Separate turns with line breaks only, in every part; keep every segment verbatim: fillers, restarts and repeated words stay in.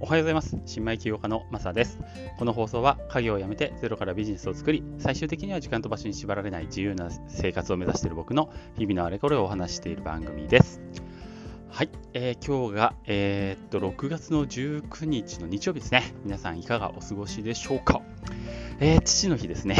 はようございます。新米起業家のマサです。この放送は家業を辞めてゼロからビジネスを作り、最終的には時間と場所に縛られない自由な生活を目指している僕の日々のあれこれをお話ししている番組です。はい、えー、今日が、えー、っとろくがつのじゅうくにちの日曜日ですね。皆さんいかがお過ごしでしょうか。えー、父の日ですね。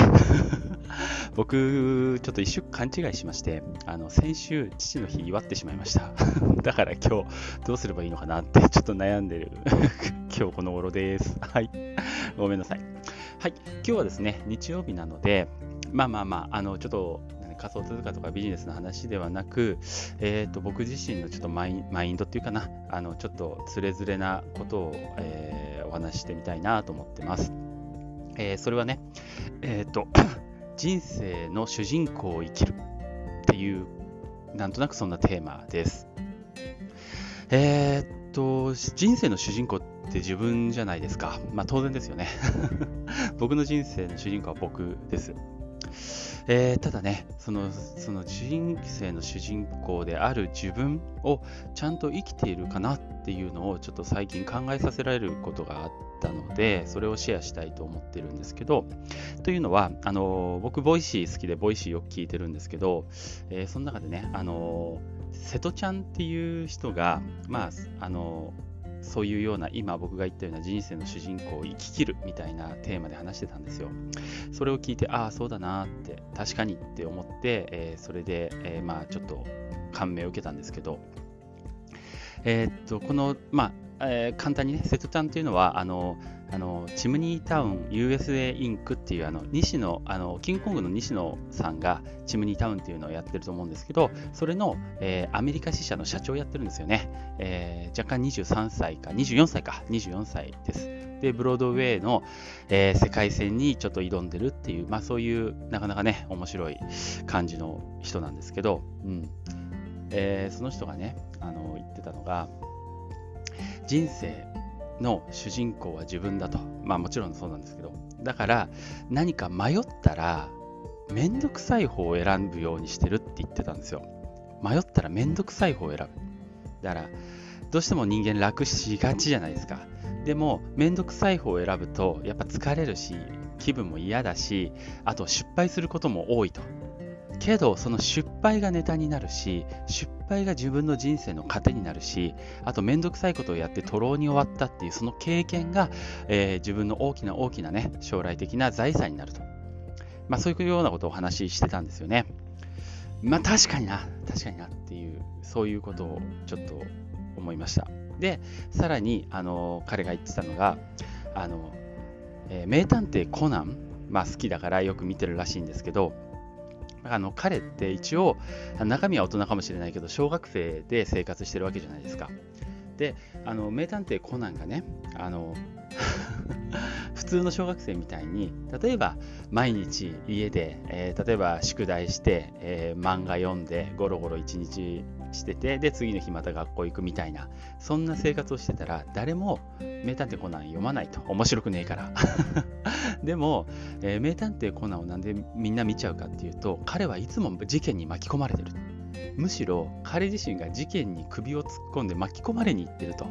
僕ちょっと一瞬勘違いしまして、あの先週父の日祝ってしまいました。だから今日どうすればいいのかなってちょっと悩んでる今日この頃です。はい、ごめんなさい。はい、今日はですね日曜日なので、まあまあまああのちょっと仮想通貨とかビジネスの話ではなく、えー、と僕自身のちょっとマイン、マインドっていうかな、あのちょっとつれづれなことを、えー、お話ししてみたいなと思ってます。えー、それはね、えっ、ー、と人生の主人公を生きるっていうなんとなくそんなテーマです。えー、っと人生の主人公って自分じゃないですか。まあ当然ですよね。僕の人生の主人公は僕です。えー、ただね、その、その人生の主人公である自分をちゃんと生きているかなっていうのをちょっと最近考えさせられることがあったので、それをシェアしたいと思ってるんですけど、というのは、あの僕ボイシー好きでボイシーよく聞いてるんですけど、えー、その中でね、あの瀬戸ちゃんっていう人が、まあ、あのそういうような今僕が言ったような人生の主人公を生き切るみたいなテーマで話してたんですよ。それを聞いて、ああそうだなって確かにって思って、えー、それで、えー、まあちょっと感銘を受けたんですけど、えー、っとこのまあ、えー、簡単にね瀬戸ちゃんっていうのはあのあのチムニータウン ユーエスエー インクっていうあの西野あのキングコングの西野さんがチムニータウンっていうのをやってると思うんですけど、それの、えー、アメリカ支社の社長をやってるんですよね。えー、若干にじゅうさんさいかにじゅうよんさいかにじゅうよんさいです。でブロードウェイの、えー、世界戦にちょっと挑んでるっていう、まあそういうなかなかね面白い感じの人なんですけど、うんえー、その人がねあの言ってたのが、人生の主人公は自分だと。まあもちろんそうなんですけど、だから何か迷ったらめんどくさい方を選ぶようにしてるって言ってたんですよ。迷ったらめんどくさい方を選ぶ。だからどうしても人間楽しがちじゃないですか。でもめんどくさい方を選ぶとやっぱ疲れるし、気分も嫌だし、あと失敗することも多いと。けどその失敗がネタになるし、失敗が自分の人生の糧になるし、あとめんどくさいことをやって徒労に終わったっていうその経験が、えー、自分の大きな大きなね将来的な財産になると。まあそういうようなことをお話ししてたんですよね。まあ確かにな確かになっていう、そういうことをちょっと思いました。でさらにあの彼が言ってたのが、あの、えー、名探偵コナン、まあ好きだからよく見てるらしいんですけど、あの彼って一応中身は大人かもしれないけど小学生で生活してるわけじゃないですか。であの名探偵コナンがねあの普通の小学生みたいに例えば毎日家で、えー、例えば宿題して、えー、漫画読んでゴロゴロ一日してて、で次の日また学校行くみたいな、そんな生活をしてたら誰も名探偵コナン読まないと。面白くねえからでも、えー、名探偵コナンをなんでみんな見ちゃうかっていうと、彼はいつも事件に巻き込まれてる。むしろ彼自身が事件に首を突っ込んで巻き込まれに行ってると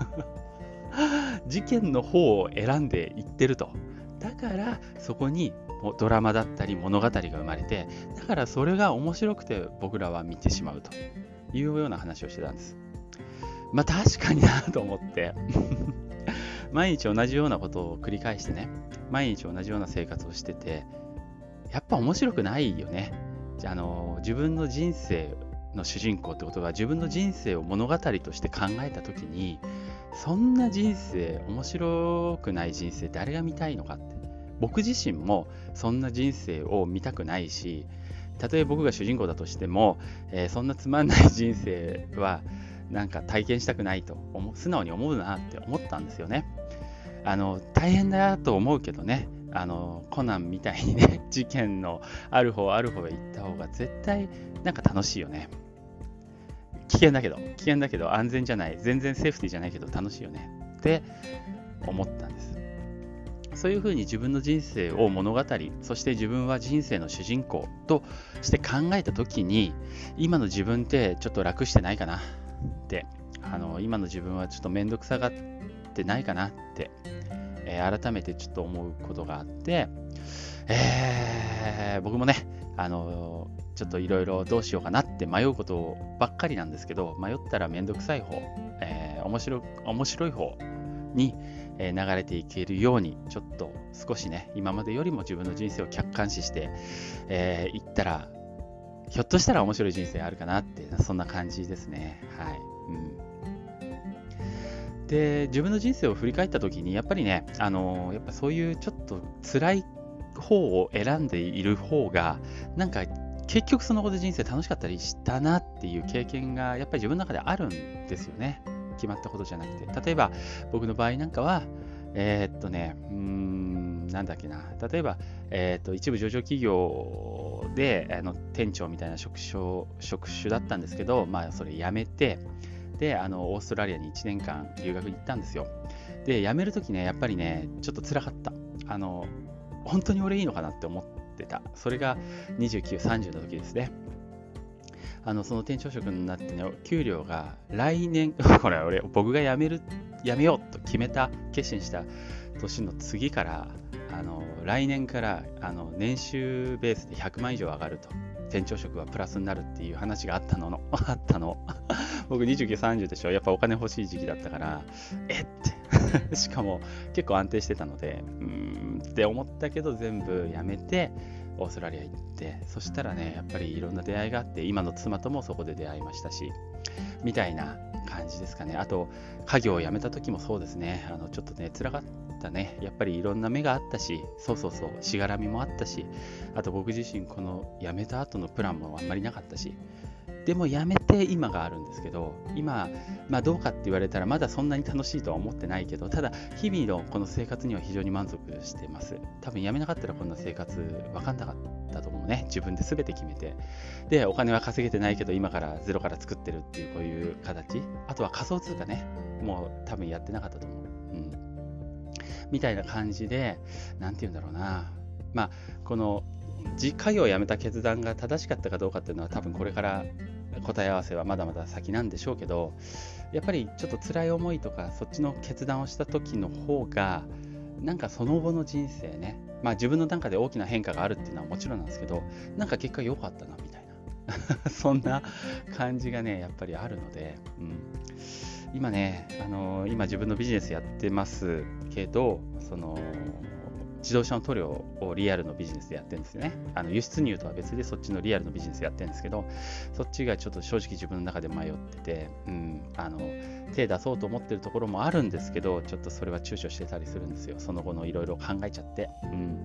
事件の方を選んでいってると。だからそこにドラマだったり物語が生まれて、だからそれが面白くて僕らは見てしまうというような話をしてたんです。まあ確かになと思って毎日同じようなことを繰り返してね、毎日同じような生活をしててやっぱ面白くないよね。あの自分の人生の主人公ってことが自分の人生を物語として考えたときに、そんな人生、面白くない人生誰が見たいのかって。僕自身もそんな人生を見たくないし、たとえ僕が主人公だとしても、えー、そんなつまんない人生はなんか体験したくないと思う、素直に思うなって思ったんですよね。あの大変だと思うけどね、あのコナンみたいにね事件のある方ある方へ行った方が絶対なんか楽しいよね。危険だけど危険だけど安全じゃない、全然セーフティーじゃないけど楽しいよねって思ったんです。そういうふうに自分の人生を物語、そして自分は人生の主人公として考えたときに、今の自分ってちょっと楽してないかなって、あの今の自分はちょっと面倒くさがっってないかなって、えー、改めてちょっと思うことがあって、えー、僕もね、あのー、ちょっといろいろどうしようかなって迷うことばっかりなんですけど、迷ったらめんどくさい方、えー、面白い、面白い方に流れていけるように、ちょっと少しね、今までよりも自分の人生を客観視してい、えー、ったら、ひょっとしたら面白い人生あるかなって、そんな感じですね。はい。うん、で、自分の人生を振り返ったときに、やっぱりね、あのー、やっぱそういうちょっと辛い方を選んでいる方が、なんか結局その後で人生楽しかったりしたなっていう経験が、やっぱり自分の中であるんですよね。決まったことじゃなくて、例えば僕の場合なんかは、えー、っとね、うーん、なんだっけな、例えば、えー、っと一部上場企業であの店長みたいな職種、職種だったんですけど、まあそれ辞めて、で、あのオーストラリアにいちねんかん留学に行ったんですよ。で、辞めるときね、やっぱりね、ちょっと辛かった。あの、本当に俺いいのかなって思ってた。それがにじゅうきゅう、さんじゅうの時ですね。あのその店長職になってね、給料が来年、これ俺、僕が辞める、辞めようと決めた、決心した年の次から、あの来年からあの年収ベースでひゃくまん以上上がると、店長職はプラスになるっていう話があったの、あったの。僕にじゅうきゅう、さんじゅうでしょ、やっぱお金欲しい時期だったから、えって、しかも結構安定してたので、うーんって思ったけど、全部やめて、オーストラリア行って、そしたらね、やっぱりいろんな出会いがあって、今の妻ともそこで出会いましたし、みたいな感じですかね。あと、家業を辞めた時もそうですね、あのちょっとね、辛かったね。やっぱりいろんな目があったし、そうそうそう、しがらみもあったし、あと僕自身、この辞めた後のプランもあんまりなかったし、でも辞めて今があるんですけど、今、まあ、どうかって言われたらまだそんなに楽しいとは思ってないけど、ただ日々のこの生活には非常に満足してます。多分辞めなかったらこんな生活分かんなかったと思うね。自分で全て決めて、でお金は稼げてないけど今からゼロから作ってるっていうこういう形。あとは仮想通貨ね、もう多分やってなかったと思う、うん、みたいな感じで、なんて言うんだろうな、まあこの家業を辞めた決断が正しかったかどうかっていうのは多分これから答え合わせはまだまだ先なんでしょうけど、やっぱりちょっと辛い思いとかそっちの決断をした時の方が、なんかその後の人生ね、まあ自分の中で大きな変化があるっていうのはもちろんなんですけど、なんか結果良かったなみたいなそんな感じがねやっぱりあるので、うん、今ね、あのー、今自分のビジネスやってますけど、その自動車の塗料をリアルのビジネスでやってるんですよね。あの輸出入とは別でそっちのリアルのビジネスやってるんですけど、そっちがちょっと正直自分の中で迷ってて、うん、あの手出そうと思ってるところもあるんですけど、ちょっとそれは躊躇してたりするんですよ。その後のいろいろ考えちゃって、うん、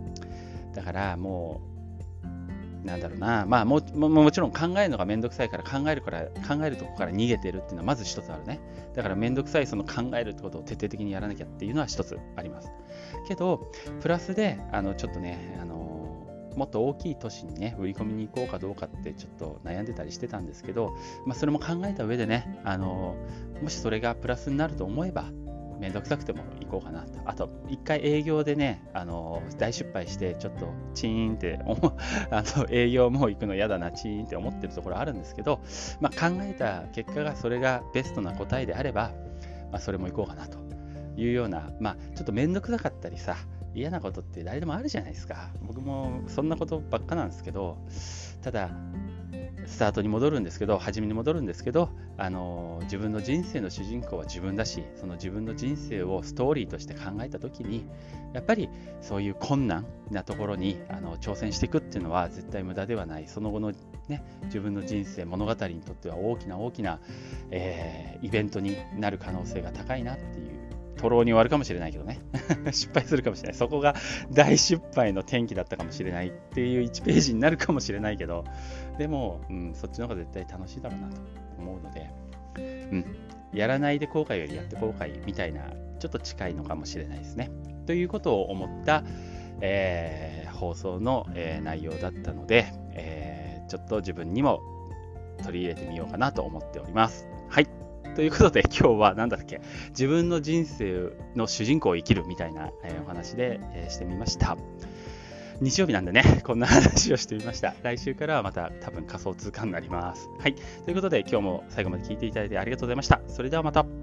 だからもうなんだろうな、まあもももちろん考えるのがめんどくさいから、考えるから考えるとこから逃げてるっていうのはまず一つあるね。だからめんどくさいその考えるってことを徹底的にやらなきゃっていうのは一つあります。けどプラスであのちょっとね、あのもっと大きい都市にね売り込みに行こうかどうかってちょっと悩んでたりしてたんですけど、まあ、それも考えた上でね、あのもしそれがプラスになると思えばめんどくさくても行こうかなと。あと一回営業でね、あの大失敗してちょっとチーンってあの営業もう行くの嫌だな、チーンって思ってるところあるんですけど、まあ、考えた結果がそれがベストな答えであれば、まあ、それも行こうかなというような、まあちょっとめんどくさかったりさ、嫌なことって誰でもあるじゃないですか。僕もそんなことばっかなんですけど、ただスタートに戻るんですけど、初めに戻るんですけど、あの自分の人生の主人公は自分だし、その自分の人生をストーリーとして考えたときに、やっぱりそういう困難なところにあの挑戦していくっていうのは絶対無駄ではない。その後の、ね、自分の人生物語にとっては大きな大きな、えー、イベントになる可能性が高いなっていう。徒労に終わるかもしれないけどね失敗するかもしれない、そこが大失敗の転機だったかもしれないっていういちページになるかもしれないけど、でも、うん、そっちの方が絶対楽しいだろうなと思うので、うん、やらないで後悔よりやって後悔みたいな、ちょっと近いのかもしれないですねということを思った、えー、放送の、えー、内容だったので、えー、ちょっと自分にも取り入れてみようかなと思っております。はい、ということで今日は何だっけ、自分の人生の主人公を生きるみたいな、えー、お話で、えー、してみました。日曜日なんでね、こんな話をしてみました。来週からはまた多分仮想通貨になります。はい、ということで今日も最後まで聞いていただいてありがとうございました。それではまた。